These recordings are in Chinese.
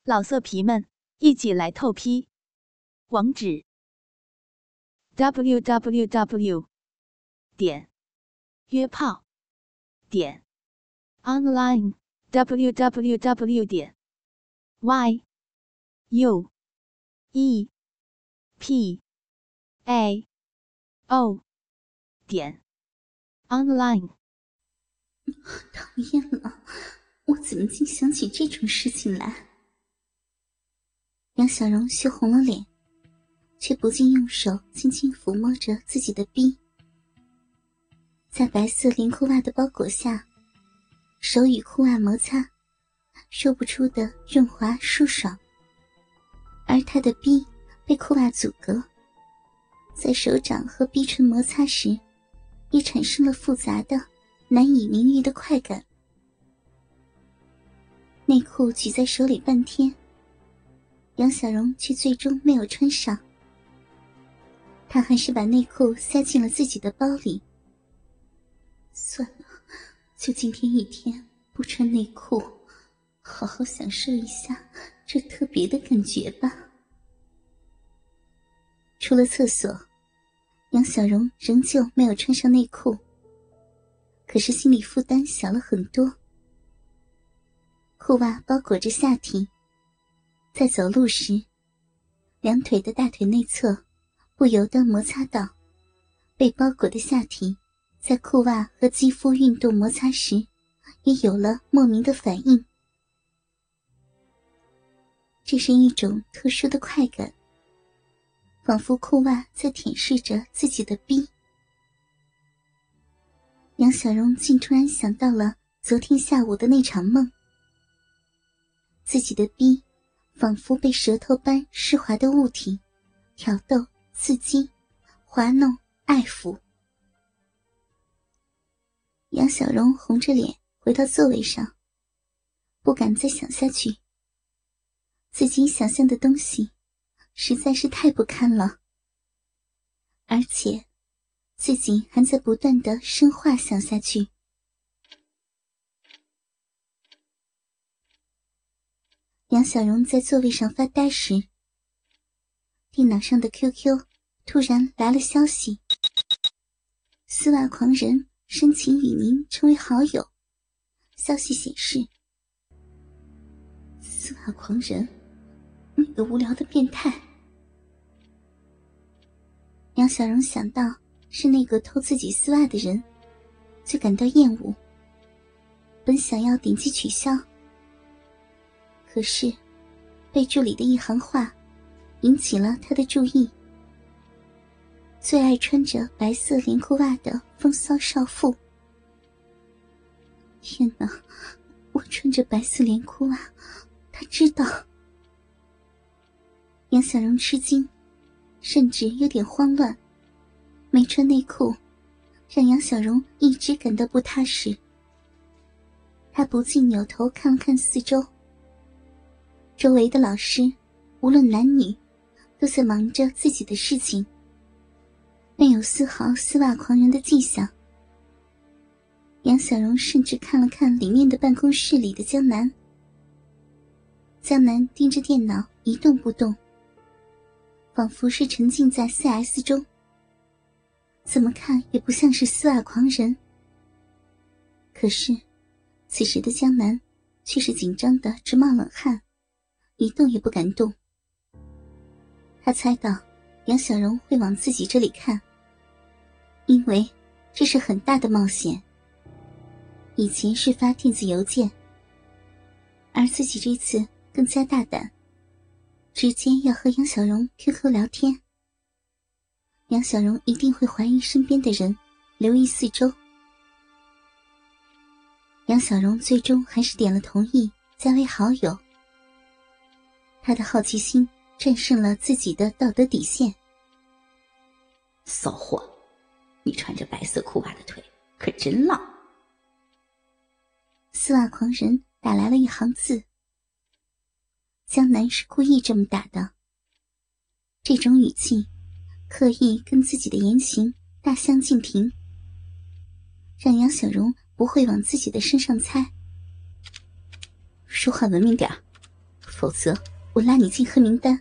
老色皮们，一起来透批！网址 www.约炮online www.yuepao.online。 讨厌了，我怎么竟想起这种事情来？杨小荣羞红了脸，却不禁用手轻轻抚摸着自己的逼，在白色连裤袜的包裹下，手与裤袜摩擦，说不出的润滑舒爽。而他的逼被裤袜阻隔，在手掌和逼唇摩擦时，也产生了复杂的难以名喻的快感。内裤举在手里半天，杨小荣却最终没有穿上，他还是把内裤塞进了自己的包里。算了，就今天一天不穿内裤，好好享受一下这特别的感觉吧。出了厕所，杨小荣仍旧没有穿上内裤，可是心理负担小了很多。裤袜包裹着下体，在走路时，两腿的大腿内侧不由得摩擦到，被包裹的下体在裤袜和肌肤运动摩擦时，也有了莫名的反应。这是一种特殊的快感，仿佛裤袜在舔舐着自己的逼。杨小荣竟突然想到了昨天下午的那场梦，自己的逼仿佛被舌头般湿滑的物体挑逗、刺激、滑弄、爱抚。杨小荣红着脸回到座位上，不敢再想下去。自己想象的东西实在是太不堪了，而且自己还在不断地深化想下去。杨小荣在座位上发呆时，电脑上的 QQ 突然来了消息：丝袜狂人申请与您成为好友。消息显示，丝袜狂人，那个无聊的变态。杨小荣想到是那个偷自己丝袜的人，就感到厌恶，本想要点击取消，可是备注里的一行话引起了他的注意：最爱穿着白色连裤袜的风骚少妇。天哪，我穿着白色连裤袜，他知道。杨小荣吃惊，甚至有点慌乱。没穿内裤让杨小荣一直感到不踏实。他不禁扭头看了看四周，周围的老师无论男女都在忙着自己的事情，没有丝毫丝袜狂人的迹象。杨小荣甚至看了看里面的办公室里的江南。江南盯着电脑一动不动，仿佛是沉浸在 CS 中，怎么看也不像是丝袜狂人。可是此时的江南却是紧张的直冒冷汗，一动也不敢动。他猜到杨小荣会往自己这里看，因为这是很大的冒险。以前是发电子邮件，而自己这次更加大胆，直接要和杨小荣 QQ 聊天。杨小荣一定会怀疑身边的人，留意四周。杨小荣最终还是点了同意，加为好友。他的好奇心战胜了自己的道德底线。 骚货，你穿着白色裤袜的腿可真浪。 丝袜狂人打来了一行字。江南是故意这么打的，这种语气刻意跟自己的言行大相径庭，让杨小荣不会往自己的身上猜。 说话文明点， 否则我拉你进黑名单。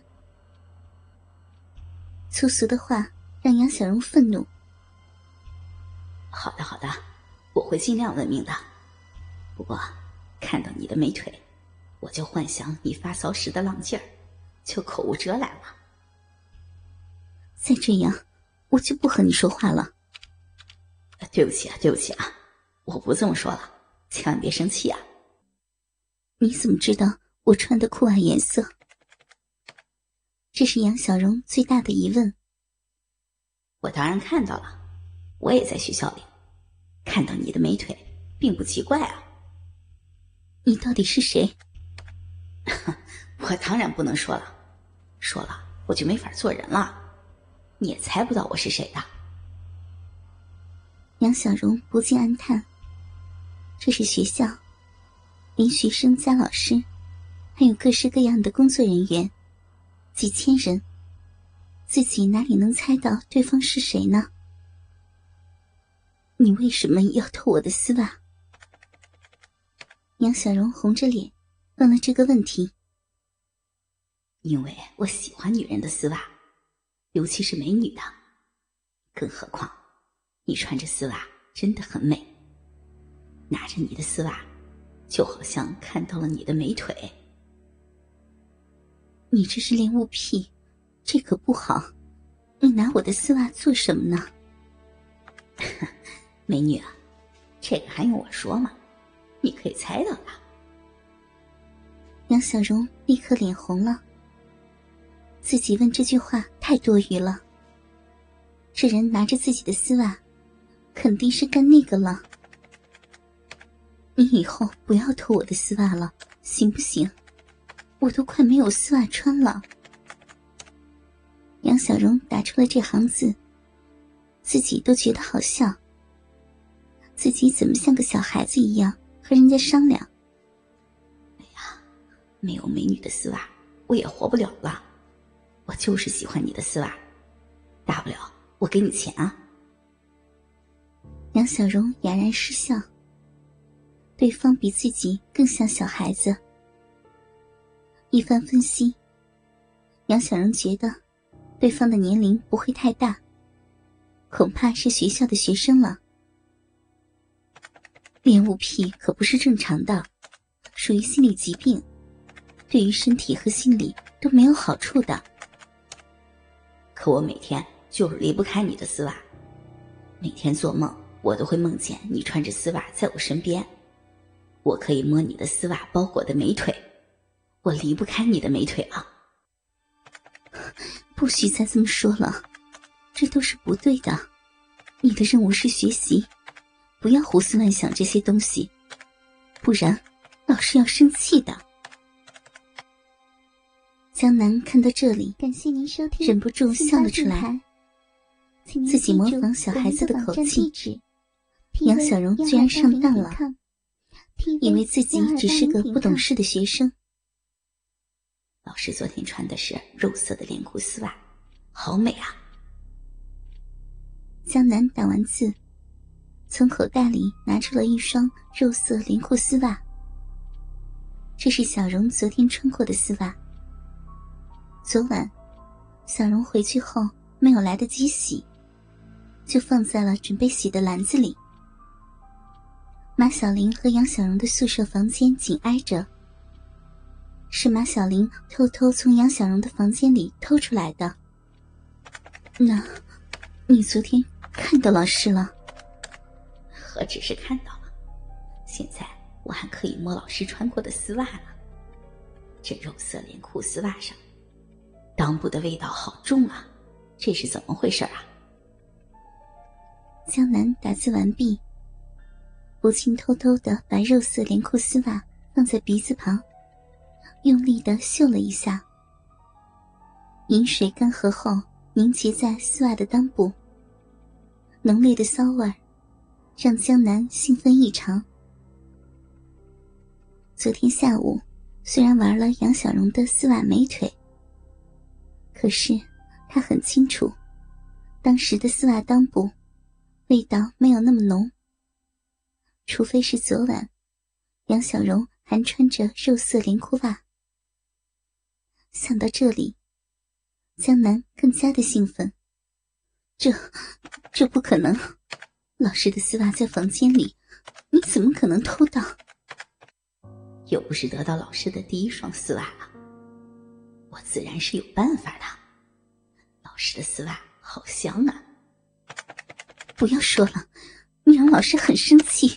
粗俗的话让杨小荣愤怒。 好的好的，我会尽量文明的。不过看到你的美腿，我就幻想你发骚时的浪劲儿，就口无遮拦了。 再这样我就不和你说话了。 对不起啊对不起啊，我不这么说了，千万别生气啊。 你怎么知道我穿的裤袜颜色？这是杨小荣最大的疑问。 我当然看到了，我也在学校里看到你的美腿，并不奇怪啊。 你到底是谁？ 我当然不能说了，说了我就没法做人了，你也猜不到我是谁的。 杨小荣不禁暗叹，这是学校，连学生加老师，还有各式各样的工作人员，几千人，自己哪里能猜到对方是谁呢？你为什么要偷我的丝袜？杨小荣红着脸问了这个问题。 因为我喜欢女人的丝袜，尤其是美女的，更何况你穿着丝袜真的很美，拿着你的丝袜就好像看到了你的美腿。 你这是恋物癖，这可不好，你拿我的丝袜做什么呢？ 美女啊，这个还用我说吗？你可以猜到的。 杨小荣立刻脸红了，自己问这句话太多余了。这人拿着自己的丝袜，肯定是干那个了。你以后不要偷我的丝袜了，行不行？我都快没有丝袜穿了。杨小荣打出了这行字，自己都觉得好笑。自己怎么像个小孩子一样和人家商量？ 哎呀，没有美女的丝袜我也活不了了，我就是喜欢你的丝袜，大不了我给你钱啊。 杨小荣哑然失笑，对方比自己更像小孩子。一番分析，杨小荣觉得对方的年龄不会太大，恐怕是学校的学生了。恋物癖可不是正常的，属于心理疾病，对于身体和心理都没有好处的。 可我每天就是离不开你的丝袜，每天做梦我都会梦见你穿着丝袜在我身边，我可以摸你的丝袜包裹的美腿，我离不开你的美腿了。 不许再这么说了，这都是不对的。你的任务是学习，不要胡思乱想这些东西，不然老师要生气的。江南看到这里， 感谢您收听， 忍不住笑了出来，自己模仿小孩子的口气。杨小荣居然上当了，以为自己只是个不懂事的学生。 老师昨天穿的是肉色的连裤丝袜，好美啊。 江南打完字，从口袋里拿出了一双肉色连裤丝袜。这是小荣昨天穿过的丝袜。昨晚小荣回去后没有来得及洗，就放在了准备洗的篮子里。马小玲和杨小荣的宿舍房间紧挨着，是马小玲偷偷从杨小荣的房间里偷出来的。那你昨天看到老师了？ 何止是看到了，现在我还可以摸老师穿过的丝袜了。这肉色连裤丝袜上裆部的味道好重啊，这是怎么回事啊？ 江南打字完毕，不禁偷偷地把肉色连裤丝袜放在鼻子旁，用力地嗅了一下。饮水干涸后凝结在丝袜的裆部，浓烈的骚味让江南兴奋异常。昨天下午虽然玩了杨小荣的丝袜美腿，可是他很清楚，当时的丝袜裆部味道没有那么浓，除非是昨晚杨小荣还穿着肉色连裤袜。 想到这里，江南更加的兴奋。这不可能！老师的丝袜在房间里，你怎么可能偷到？ 又不是得到老师的第一双丝袜了，我自然是有办法的。老师的丝袜好香啊！ 不要说了，你让老师很生气。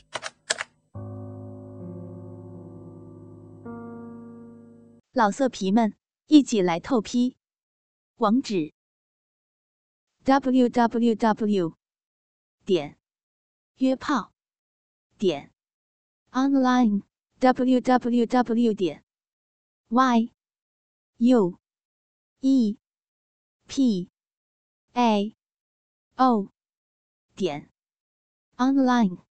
老色皮们，一起来透批！网址 www.约炮.online www.yuepao.online